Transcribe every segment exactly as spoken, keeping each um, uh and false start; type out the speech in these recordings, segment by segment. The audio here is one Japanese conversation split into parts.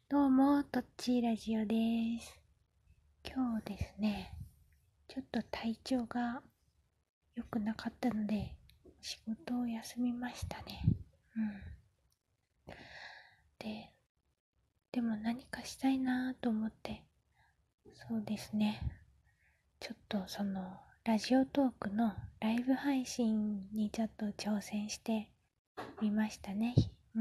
どうも、とっちーラジオです。今日ですね、ちょっと体調が良くなかったので、仕事を休みましたね。うん。で、でも何かしたいなと思って、そうですね、ちょっとその、ラジオトークのライブ配信にちょっと挑戦してみましたね。うん。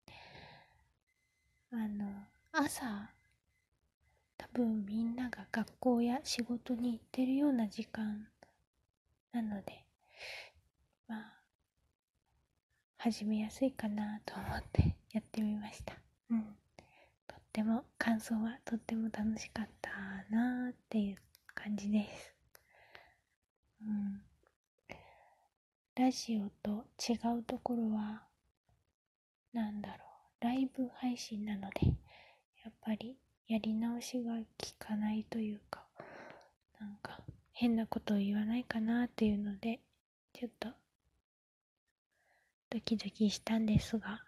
あの、朝、多分みんなが学校や仕事に行ってるような時間なので、まあ、始めやすいかなと思ってやってみました。うん。とっても、感想はとっても楽しかったなーっていう感じです。うん。ラジオと違うところは、なんだろう、ライブ配信なので、やっぱりやり直しが効かないというか、なんか変なことを言わないかなっていうので、ちょっとドキドキしたんですが、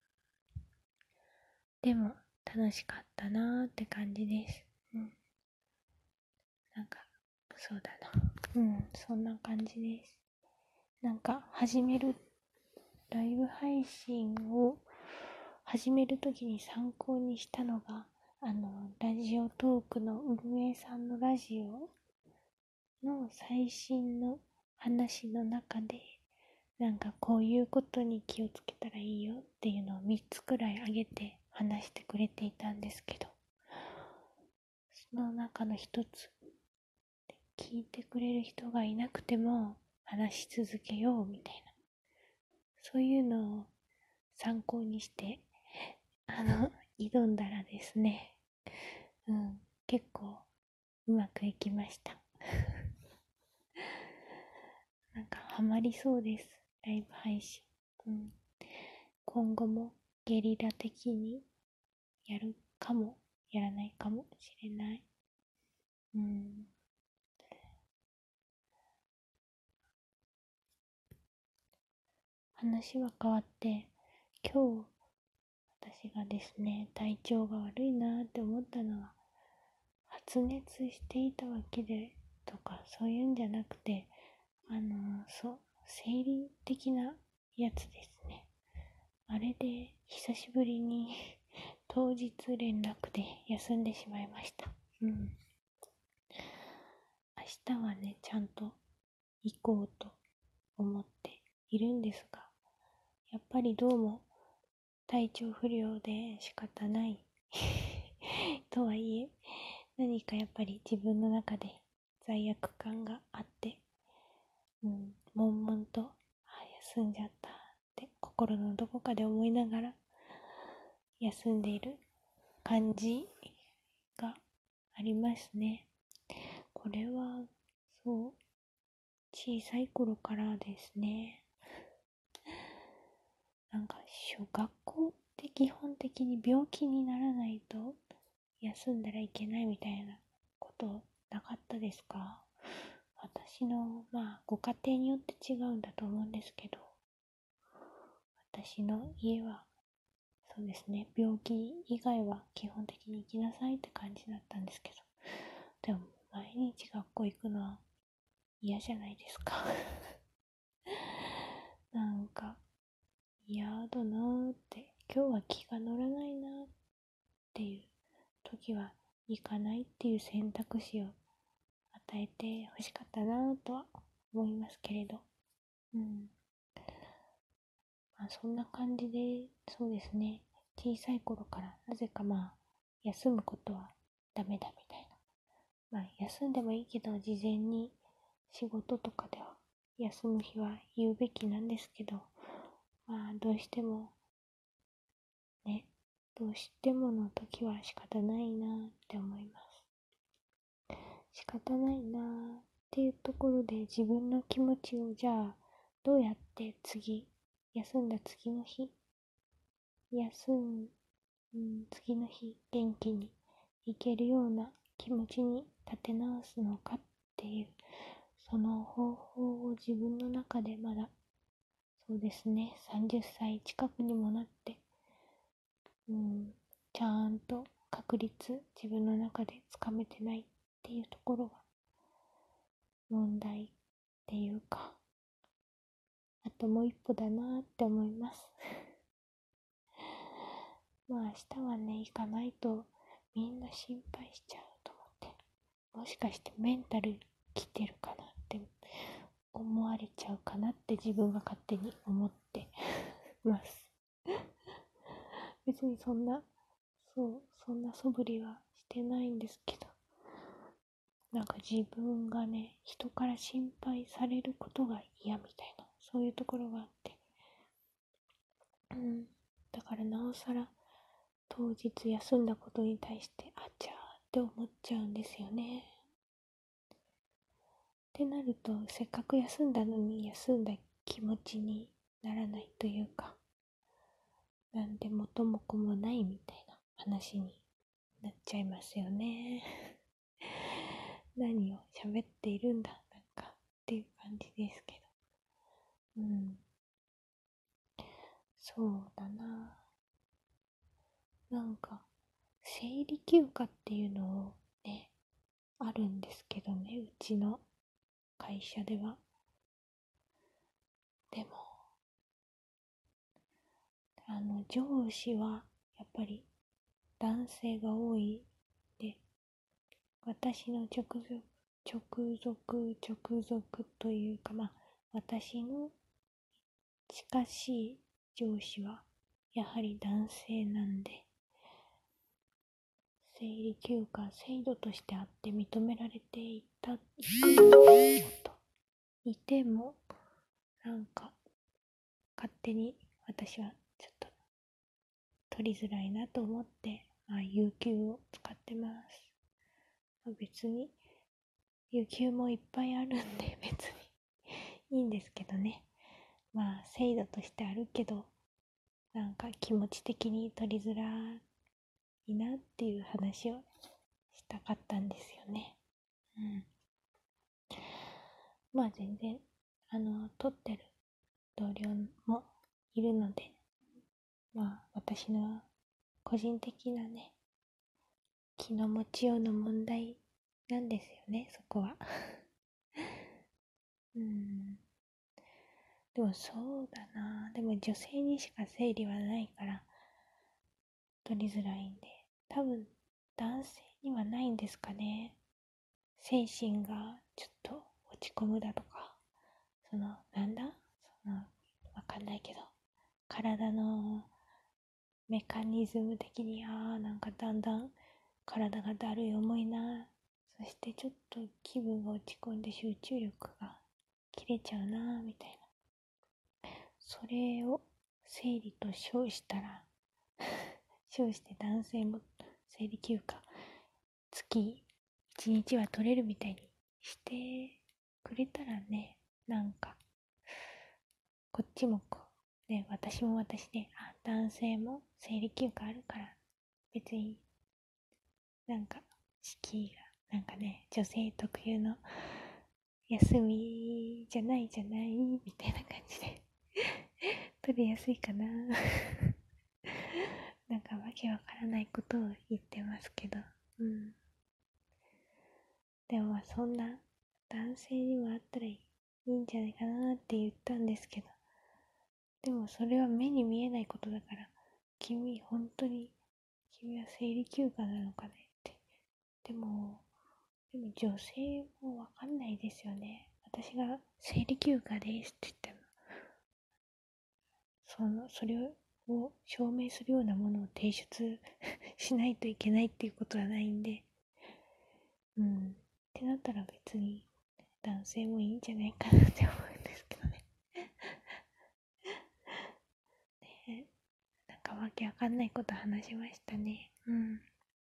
でも楽しかったなーって感じです。うん。なんか、そうだな。うん、そんな感じです。なんか、始める、ライブ配信を始めるときに参考にしたのが、あの、ラジオトークの運営さんのラジオの最新の話の中で、なんかこういうことに気をつけたらいいよっていうのをみっつくらい挙げて話してくれていたんですけど、その中の一つ、聞いてくれる人がいなくても話し続けようみたいな、そういうのを参考にしてあの挑んだらですね、うん結構うまくいきました。なんかハマりそうです、ライブ配信。うん、今後もゲリラ的にやるかもやらないかもしれない。うん。話は変わって、今日私がですね、体調が悪いなって思ったのは、発熱していたわけでとかそういうんじゃなくて、あのそう生理的なやつですね。あれで久しぶりに当日連絡で休んでしまいました。うん。明日はね、ちゃんと行こうと思っているんですが、やっぱりどうも体調不良で仕方ないとはいえ、何かやっぱり自分の中で罪悪感があって、うん、悶々と、あ、休んじゃったって心のどこかで思いながら休んでいる感じがありますね。これは、そう、小さい頃からですね。なんか、小学校って基本的に病気にならないと休んだらいけないみたいなことなかったですか？私の、まあ、ご家庭によって違うんだと思うんですけど、私の家は、そうですね、病気以外は基本的に行きなさいって感じだったんですけど、でも、毎日学校行くのは嫌じゃないですか。なんか、嫌だなーって、今日は気が乗らないなーっていう時は、行かないっていう選択肢を与えて欲しかったなとは思いますけれど、うん。まあそんな感じで、そうですね、小さい頃からなぜかまあ、休むことはダメだみたいな。まあ休んでもいいけど、事前に仕事とかでは休む日は言うべきなんですけど、まあどうしてもね、どうしてもの時は仕方ないなって思います。仕方ないなっていうところで自分の気持ちをじゃあどうやって次、休んだ次の日、休ん、うん、次の日元気にいけるような気持ちに立て直すのかっていう、その方法を自分の中でまだ、そうですね、さんじゅっさい近くにもなって、うん、 ちゃんと確率自分の中でつかめてないっていうところが問題っていうか、あともう一歩だなって思います。まあ明日はね行かないとみんな心配しちゃうと思って、もしかしてメンタル来てるかなって思われちゃうかなって自分が勝手に思ってます別にそんなそうそんな素振りはしてないんですけど、なんか自分がね人から心配されることが嫌みたいな、そういうところがあって、うんだからなおさら当日休んだことに対してあちゃーって思っちゃうんですよね。ってなるとせっかく休んだのに休んだ気持ちにならないというか、なんで元も子もないみたいな話になっちゃいますよね何を喋っているんだなんかっていう感じですけど、うんそうだな、なんか生理休暇っていうのをねあるんですけどね、うちの会社では。でもあの上司はやっぱり男性が多いで、私の直属直属直属というか、まあ私の近しい上司はやはり男性なんで、生理休暇制度としてあって認められていたいくといても、なんか勝手に私はちょっと取りづらいなと思って、まあ、有給を使ってます。まあ、別に有給もいっぱいあるんで別にいいんですけどね。まあ制度としてあるけど、なんか気持ち的に取りづらいなっていう話をしたかったんですよね。うん。まあ全然あの取ってる同僚もいるので、まあ私の個人的なね気の持ちようの問題なんですよね、そこはうん。でもそうだな、でも女性にしか生理はないから取りづらいんで、多分男性にはないんですかね。精神がちょっと落ち込むだとか、そのなんだそのわかんないけど、体のメカニズム的に、あーなんかだんだん体がだるい重いな、そしてちょっと気分が落ち込んで集中力が切れちゃうなみたいな、それを生理と称したら称して男性も生理休暇月いちにちは取れるみたいにしてくれたらね、なんかこっちもこうね、私も私で、あ男性も生理休暇あるから別になんか敷居がなんかね女性特有の休みじゃないじゃないみたいな感じで取りやすいかななんかわけわからないことを言ってますけど、うん。でもまあそんな男性にもあったらいいんじゃないかなって言ったんですけど、でもそれは目に見えないことだから、君本当に君は生理休暇なのかねって。でもでも女性もわかんないですよね。私が生理休暇ですって言っても、そのそれを証明するようなものを提出しないといけないっていうことはないんで、うんってなったら別に男性もいいんじゃないかなって思うんですけどねね、なんかわけわかんないこと話しましたね。うん。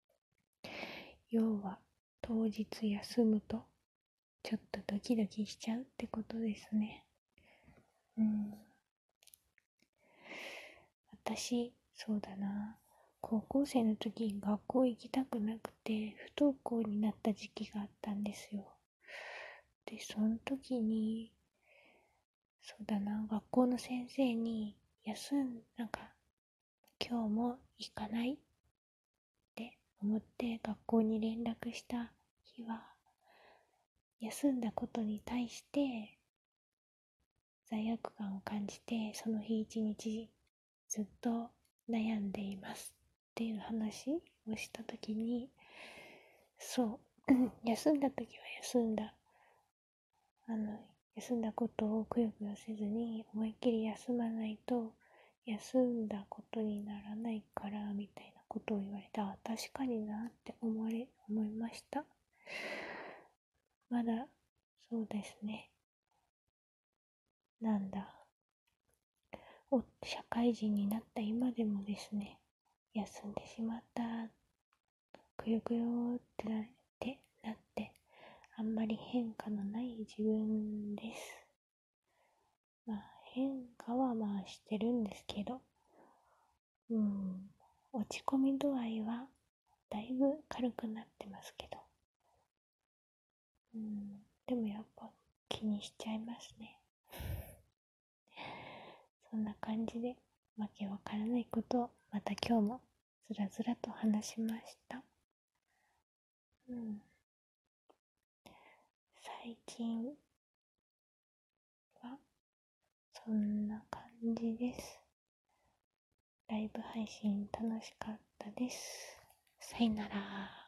要は当日休むとちょっとドキドキしちゃうってことですね。うん。私、そうだな。高校生の時学校行きたくなくて不登校になった時期があったんですよ。で、その時に、そうだな、学校の先生に休ん、なんか今日も行かないっ思って学校に連絡した日は、休んだことに対して罪悪感を感じて、その日一日ずっと悩んでいますっていう話をしたときに、そう休んだときは休んだあの休んだことをくよくよせずに思いっきり休まないと休んだことにならないからみたいなことを言われた。確かになって思われ思いました。まだそうですね、なんだお社会人になった今でもですね、休んでしまったくよくよってなってなってあんまり変化のない自分です。まあ変化はまあしてるんですけど、うん、落ち込み度合いはだいぶ軽くなってますけど、うん、でもやっぱ気にしちゃいますね。そんな感じでわけわからないことをまた今日もずらずらと話しました。うん、最近はそんな感じです。ライブ配信楽しかったです。さよなら。